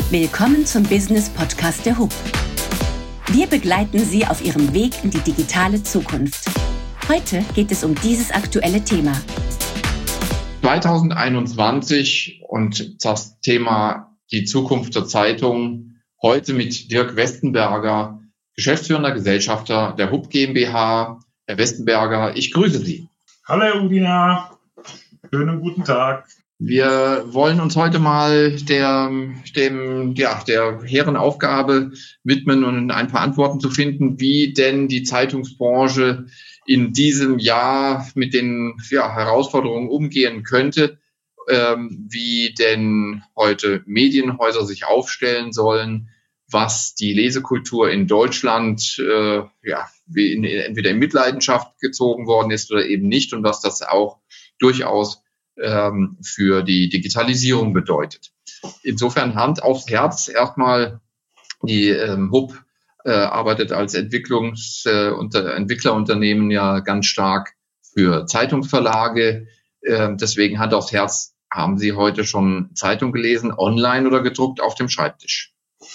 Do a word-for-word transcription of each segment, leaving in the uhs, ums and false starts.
Willkommen zum Business Podcast der Hub. Wir begleiten Sie auf Ihrem Weg in die digitale Zukunft. Heute geht es um dieses aktuelle Thema. zwanzig einundzwanzig und das Thema die Zukunft der Zeitung. Heute mit Dirk Westenberger, geschäftsführender Gesellschafter der Hub GmbH. Herr Westenberger, ich grüße Sie. Hallo Herr Udina, schönen guten Tag. Wir wollen uns heute mal der, dem, ja, der hehren Aufgabe widmen und ein paar Antworten zu finden, wie denn die Zeitungsbranche in diesem Jahr mit den ja, Herausforderungen umgehen könnte, ähm, wie denn heute Medienhäuser sich aufstellen sollen, was die Lesekultur in Deutschland äh, ja, wie in, entweder in Mitleidenschaft gezogen worden ist oder eben nicht und was das auch durchaus ähm, für die Digitalisierung bedeutet. Insofern Hand aufs Herz. Erstmal die ähm, Hub äh, arbeitet als Entwicklungs- äh, unter, Entwicklerunternehmen ja ganz stark für Zeitungsverlage. Äh, deswegen Hand aufs Herz. Haben Sie heute schon Zeitung gelesen, online oder gedruckt auf dem Schreibtisch?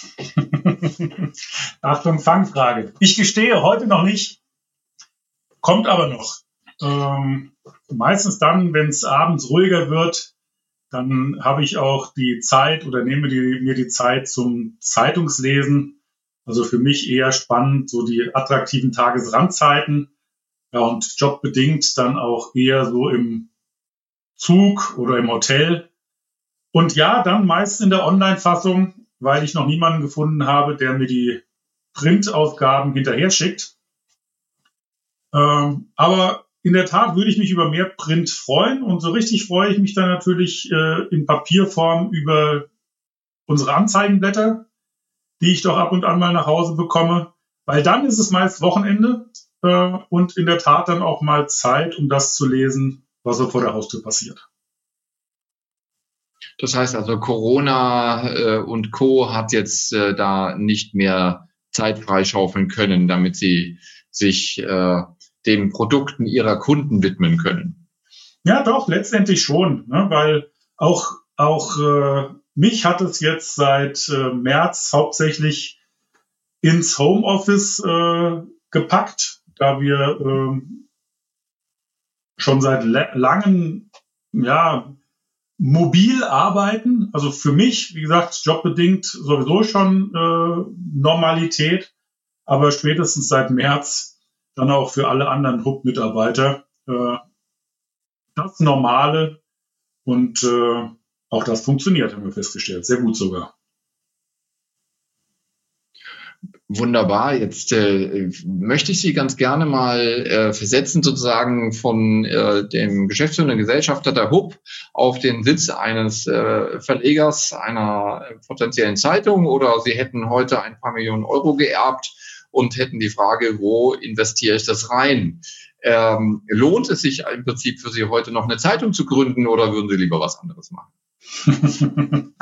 Achtung, Fangfrage. Ich gestehe, heute noch nicht, kommt aber noch. Ähm, meistens dann, wenn es abends ruhiger wird, dann habe ich auch die Zeit oder nehme die, mir die Zeit zum Zeitungslesen. Also für mich eher spannend, so die attraktiven Tagesrandzeiten. Ja, und jobbedingt dann auch eher so im Zug oder im Hotel. Und ja, dann meist in der Online-Fassung, weil ich noch niemanden gefunden habe, der mir die Printausgaben hinterher schickt. Ähm, aber in der Tat würde ich mich über mehr Print freuen. Und so richtig freue ich mich dann natürlich äh, in Papierform über unsere Anzeigenblätter, die ich doch ab und an mal nach Hause bekomme. Weil dann ist es meist Wochenende äh, und in der Tat dann auch mal Zeit, um das zu lesen, was so vor der Haustür passiert. Das heißt also, Corona äh, und Co. hat jetzt äh, da nicht mehr Zeit freischaufeln können, damit sie sich äh, den Produkten ihrer Kunden widmen können. Ja, doch, letztendlich schon, ne? Weil auch, auch äh, mich hat es jetzt seit äh, März hauptsächlich ins Homeoffice äh, gepackt, da wir äh, schon seit le- langem, ja, mobil arbeiten, also für mich, wie gesagt, jobbedingt sowieso schon äh, Normalität, aber spätestens seit März dann auch für alle anderen Hub-Mitarbeiter äh, das Normale und äh, auch das funktioniert, haben wir festgestellt, sehr gut sogar. Wunderbar. Jetzt äh, möchte ich Sie ganz gerne mal äh, versetzen, sozusagen von äh, dem geschäftsführenden Gesellschafter der Hub auf den Sitz eines äh, Verlegers einer äh, potenziellen Zeitung, oder Sie hätten heute ein paar Millionen Euro geerbt und hätten die Frage, wo investiere ich das rein? Ähm, lohnt es sich im Prinzip für Sie heute noch eine Zeitung zu gründen, oder würden Sie lieber was anderes machen?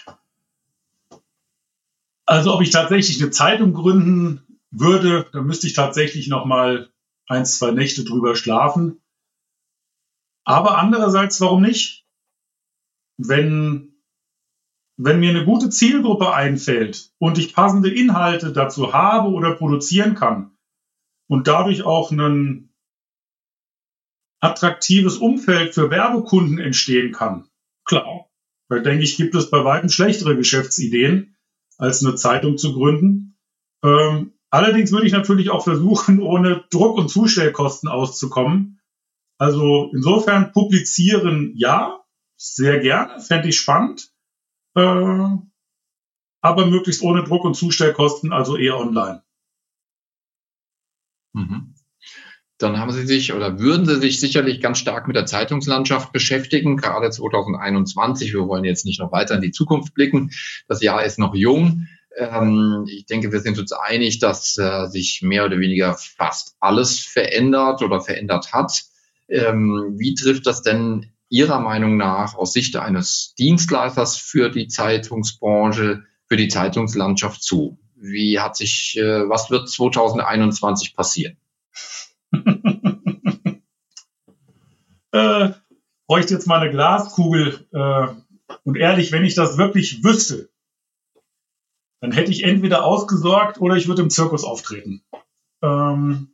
Also ob ich tatsächlich eine Zeitung gründen würde, da müsste ich tatsächlich noch mal ein, zwei Nächte drüber schlafen. Aber andererseits, warum nicht? Wenn, wenn mir eine gute Zielgruppe einfällt und ich passende Inhalte dazu habe oder produzieren kann und dadurch auch ein attraktives Umfeld für Werbekunden entstehen kann, klar, da denke ich, gibt es bei weitem schlechtere Geschäftsideen, als eine Zeitung zu gründen. Ähm, allerdings würde ich natürlich auch versuchen, ohne Druck- und Zustellkosten auszukommen. Also insofern publizieren, ja, sehr gerne, fände ich spannend, äh, aber möglichst ohne Druck- und Zustellkosten, also eher online. Mhm. Dann haben Sie sich oder würden Sie sich sicherlich ganz stark mit der Zeitungslandschaft beschäftigen, gerade zwanzig einundzwanzig. Wir wollen jetzt nicht noch weiter in die Zukunft blicken. Das Jahr ist noch jung. Ähm, ich denke, wir sind uns einig, dass äh, sich mehr oder weniger fast alles verändert oder verändert hat. Ähm, wie trifft das denn Ihrer Meinung nach aus Sicht eines Dienstleisters für die Zeitungsbranche, für die Zeitungslandschaft zu? Wie hat sich, äh, was wird zwanzig einundzwanzig passieren? äh, bräuchte jetzt mal eine Glaskugel. Äh, und ehrlich, wenn ich das wirklich wüsste, dann hätte ich entweder ausgesorgt oder ich würde im Zirkus auftreten. Ähm,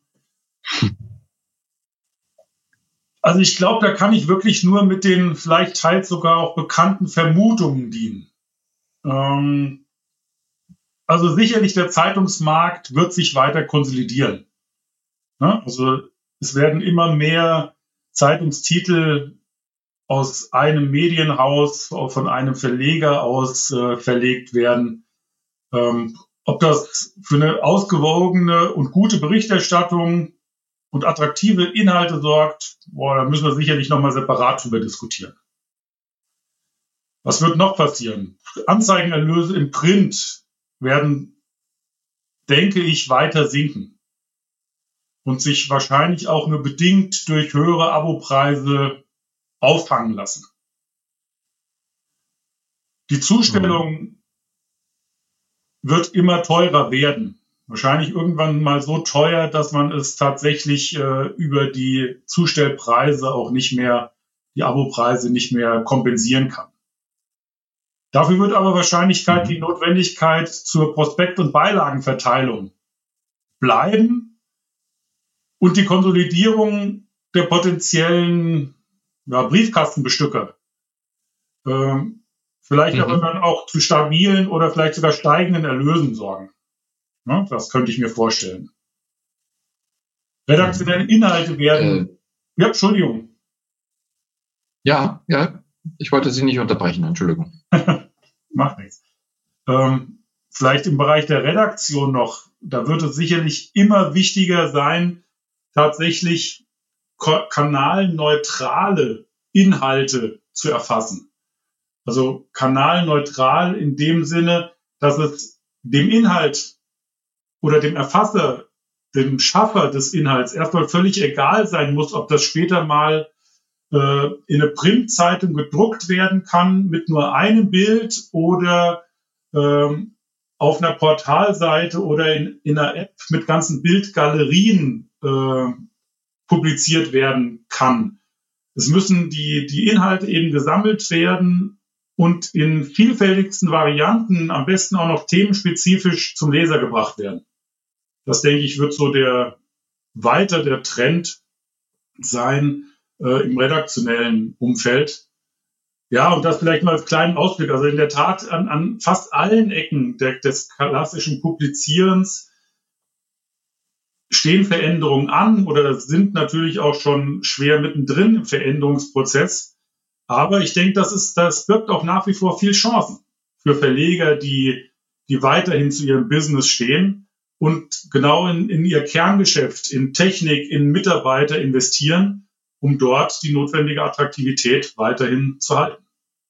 also ich glaube, da kann ich wirklich nur mit den vielleicht teils sogar auch bekannten Vermutungen dienen. Ähm, also sicherlich der Zeitungsmarkt wird sich weiter konsolidieren. Ja, also es werden immer mehr Zeitungstitel aus einem Medienhaus, von einem Verleger aus äh, verlegt werden. Ähm, ob das für eine ausgewogene und gute Berichterstattung und attraktive Inhalte sorgt, boah, da müssen wir sicherlich nochmal separat drüber diskutieren. Was wird noch passieren? Anzeigenerlöse im Print werden, denke ich, weiter sinken und sich wahrscheinlich auch nur bedingt durch höhere Abopreise auffangen lassen. Die Zustellung mhm. wird immer teurer werden. Wahrscheinlich irgendwann mal so teuer, dass man es tatsächlich äh, über die Zustellpreise auch nicht mehr, die Abopreise nicht mehr kompensieren kann. Dafür wird aber Wahrscheinlichkeit die Notwendigkeit zur Prospekt- und Beilagenverteilung bleiben und die Konsolidierung der potenziellen ja, Briefkastenbestücker. Ähm, vielleicht mhm. aber dann auch zu stabilen oder vielleicht sogar steigenden Erlösen sorgen. Ja, das könnte ich mir vorstellen. Redaktionelle Inhalte werden... Äh, ja, Entschuldigung. Ja, ja, ich wollte Sie nicht unterbrechen, Entschuldigung. Macht nichts. Ähm, vielleicht im Bereich der Redaktion noch, da wird es sicherlich immer wichtiger sein, tatsächlich ko- kanalneutrale Inhalte zu erfassen. Also kanalneutral in dem Sinne, dass es dem Inhalt oder dem Erfasser, dem Schaffer des Inhalts erstmal völlig egal sein muss, ob das später mal äh, in eine Printzeitung gedruckt werden kann mit nur einem Bild oder ähm, auf einer Portalseite oder in, in einer App mit ganzen Bildgalerien äh, publiziert werden kann. Es müssen die, die Inhalte eben gesammelt werden und in vielfältigsten Varianten, am besten auch noch themenspezifisch zum Leser gebracht werden. Das, denke ich, wird so der weiter der Trend sein äh, im redaktionellen Umfeld. Ja, und das vielleicht mal als kleinen Ausblick. Also in der Tat an, an fast allen Ecken der, des klassischen Publizierens stehen Veränderungen an oder sind natürlich auch schon schwer mittendrin im Veränderungsprozess. Aber ich denke, das ist, das birgt auch nach wie vor viel Chancen für Verleger, die, die weiterhin zu ihrem Business stehen und genau in, in ihr Kerngeschäft, in Technik, in Mitarbeiter investieren, um dort die notwendige Attraktivität weiterhin zu halten.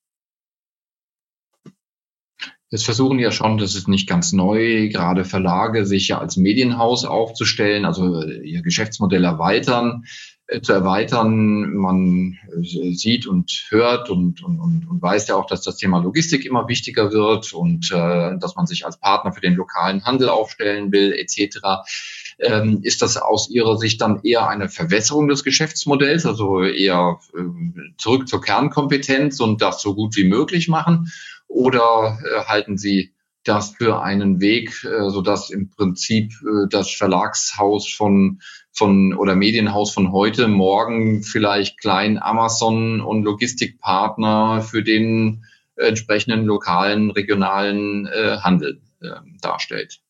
Jetzt versuchen ja schon, das ist nicht ganz neu, gerade Verlage sich ja als Medienhaus aufzustellen, also ihr Geschäftsmodell erweitern, äh, zu erweitern. Man äh, sieht und hört und, und, und, und weiß ja auch, dass das Thema Logistik immer wichtiger wird und äh, dass man sich als Partner für den lokalen Handel aufstellen will, et cetera. Ähm, ist das aus Ihrer Sicht dann eher eine Verwässerung des Geschäftsmodells, also eher äh, zurück zur Kernkompetenz und das so gut wie möglich machen? Oder äh, halten Sie das für einen Weg, äh, sodass im Prinzip äh, das Verlagshaus von, von oder Medienhaus von heute morgen vielleicht klein Amazon und Logistikpartner für den äh, entsprechenden lokalen, regionalen äh, Handel äh, darstellt?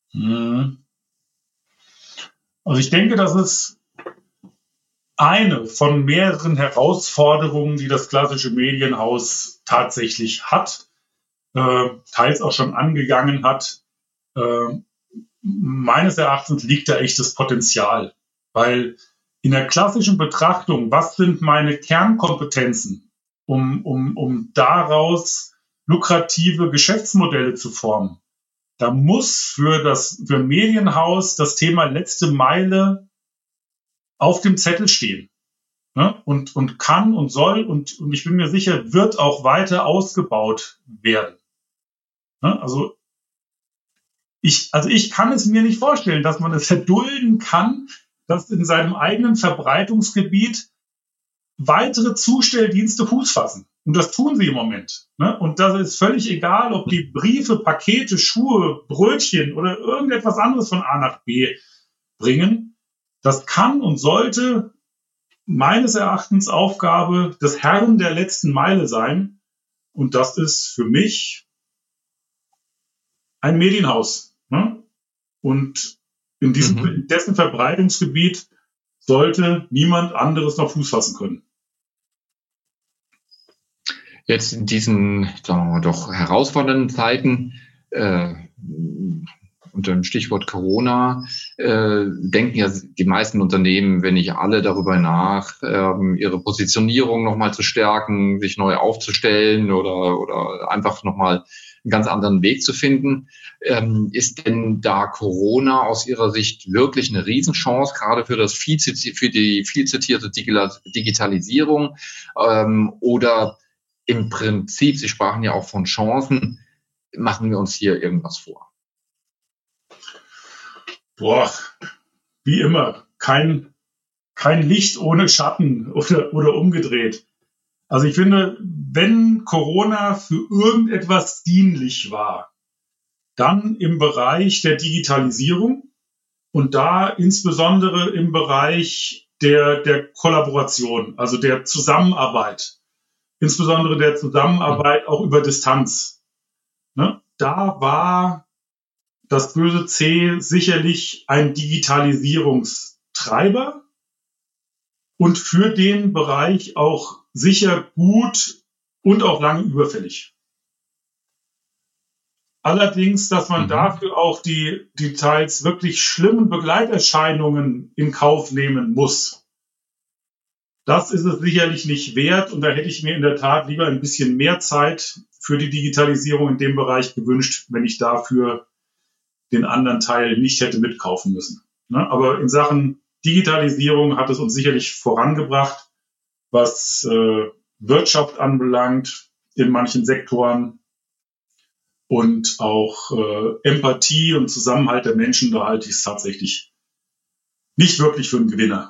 Also ich denke, das ist eine von mehreren Herausforderungen, die das klassische Medienhaus tatsächlich hat, äh, teils auch schon angegangen hat. Äh, meines Erachtens liegt da echtes Potenzial, weil in der klassischen Betrachtung, was sind meine Kernkompetenzen, um, um, um daraus lukrative Geschäftsmodelle zu formen, da muss für das für ein Medienhaus das Thema letzte Meile auf dem Zettel stehen, ne? und, und kann und soll und, und ich bin mir sicher, wird auch weiter ausgebaut werden. Ne? Also, ich, also ich kann es mir nicht vorstellen, dass man es erdulden kann, dass in seinem eigenen Verbreitungsgebiet weitere Zustelldienste Fuß fassen. Und das tun sie im Moment. Ne? Und das ist völlig egal, ob die Briefe, Pakete, Schuhe, Brötchen oder irgendetwas anderes von A nach B bringen. Das kann und sollte meines Erachtens Aufgabe des Herrn der letzten Meile sein. Und das ist für mich ein Medienhaus. Ne? Und in diesem, mhm. in dessen Verbreitungsgebiet sollte niemand anderes noch Fuß fassen können. Jetzt in diesen, sagen wir mal, doch herausfordernden Zeiten, äh, unter dem Stichwort Corona, äh, denken ja die meisten Unternehmen, wenn nicht alle, darüber nach, äh, ihre Positionierung nochmal zu stärken, sich neu aufzustellen oder, oder einfach nochmal einen ganz anderen Weg zu finden. Ähm, ist denn da Corona aus Ihrer Sicht wirklich eine Riesenchance, gerade für das viel, für die viel zitierte Digitalisierung? Ähm, oder im Prinzip, Sie sprachen ja auch von Chancen, machen wir uns hier irgendwas vor? Boah, wie immer, kein, kein Licht ohne Schatten oder, oder umgedreht. Also ich finde, wenn Corona für irgendetwas dienlich war, dann im Bereich der Digitalisierung und da insbesondere im Bereich der, der Kollaboration, also der Zusammenarbeit. Insbesondere der Zusammenarbeit auch über Distanz. Ne? Da war das böse C sicherlich ein Digitalisierungstreiber und für den Bereich auch sicher gut und auch lange überfällig. Allerdings, dass man mhm. dafür auch die, die teils wirklich schlimmen Begleiterscheinungen in Kauf nehmen muss. Das ist es sicherlich nicht wert und da hätte ich mir in der Tat lieber ein bisschen mehr Zeit für die Digitalisierung in dem Bereich gewünscht, wenn ich dafür den anderen Teil nicht hätte mitkaufen müssen. Ne? Aber in Sachen Digitalisierung hat es uns sicherlich vorangebracht, was äh, Wirtschaft anbelangt in manchen Sektoren und auch äh, Empathie und Zusammenhalt der Menschen, da halte ich es tatsächlich nicht wirklich für einen Gewinner.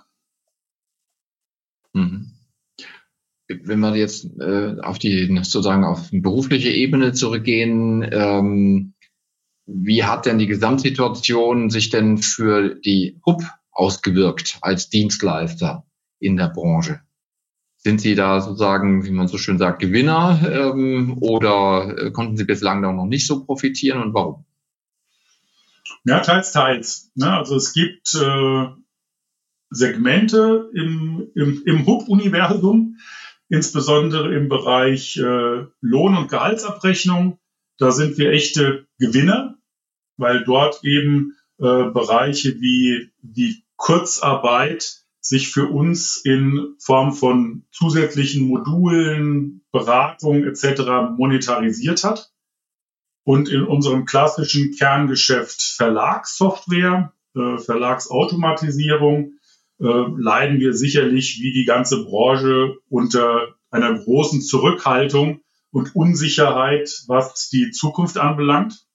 Wenn wir jetzt äh, auf die sozusagen auf die berufliche Ebene zurückgehen, ähm, wie hat denn die Gesamtsituation sich denn für die Hub ausgewirkt als Dienstleister in der Branche? Sind Sie da sozusagen, wie man so schön sagt, Gewinner ähm, oder äh, konnten Sie bislang noch nicht so profitieren und warum? Ja, teils, teils. Ne? Also es gibt äh Segmente im, im, im Hub-Universum, insbesondere im Bereich äh, Lohn- und Gehaltsabrechnung. Da sind wir echte Gewinner, weil dort eben äh, Bereiche wie die Kurzarbeit sich für uns in Form von zusätzlichen Modulen, Beratung et cetera monetarisiert hat. Und in unserem klassischen Kerngeschäft Verlagssoftware, äh, Verlagsautomatisierung, Äh, leiden wir sicherlich wie die ganze Branche unter einer großen Zurückhaltung und Unsicherheit, was die Zukunft anbelangt.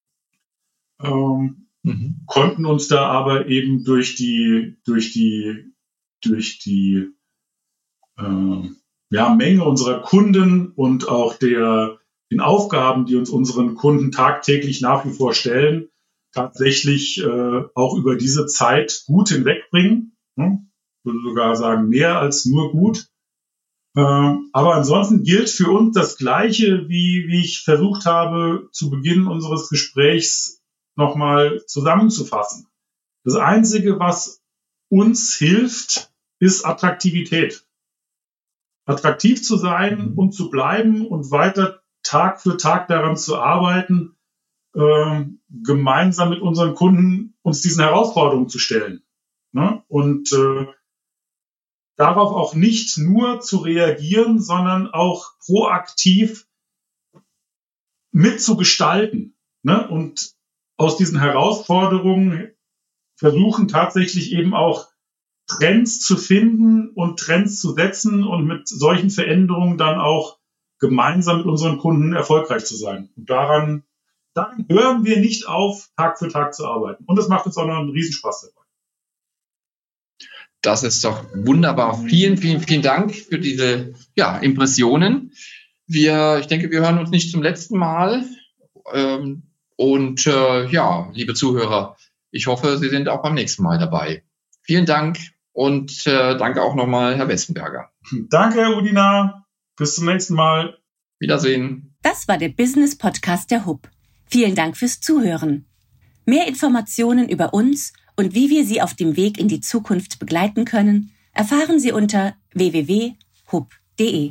Ähm, mhm. Konnten uns da aber eben durch die, durch die, durch die äh, ja, Menge unserer Kunden und auch der, den Aufgaben, die uns unseren Kunden tagtäglich nach wie vor stellen, tatsächlich äh, auch über diese Zeit gut hinwegbringen. Ich würde sogar sagen, mehr als nur gut. Aber ansonsten gilt für uns das Gleiche, wie, wie ich versucht habe, zu Beginn unseres Gesprächs nochmal zusammenzufassen. Das Einzige, was uns hilft, ist Attraktivität. Attraktiv zu sein und zu bleiben und weiter Tag für Tag daran zu arbeiten, äh, gemeinsam mit unseren Kunden uns diesen Herausforderungen zu stellen. Ne? Und äh, darauf auch nicht nur zu reagieren, sondern auch proaktiv mitzugestalten. Ne? Und aus diesen Herausforderungen versuchen tatsächlich eben auch Trends zu finden und Trends zu setzen und mit solchen Veränderungen dann auch gemeinsam mit unseren Kunden erfolgreich zu sein. Und daran, daran hören wir nicht auf, Tag für Tag zu arbeiten. Und das macht uns auch noch einen Riesenspaß dabei. Das ist doch wunderbar. Vielen, vielen, vielen Dank für diese ja, Impressionen. Wir, ich denke, wir hören uns nicht zum letzten Mal. Ähm, und äh, ja, liebe Zuhörer, ich hoffe, Sie sind auch beim nächsten Mal dabei. Vielen Dank und äh, danke auch nochmal, Herr Westenberger. Danke, Herr Udina. Bis zum nächsten Mal. Wiedersehen. Das war der Business Podcast der Hub. Vielen Dank fürs Zuhören. Mehr Informationen über uns und wie wir Sie auf dem Weg in die Zukunft begleiten können, erfahren Sie unter w w w punkt hub punkt de.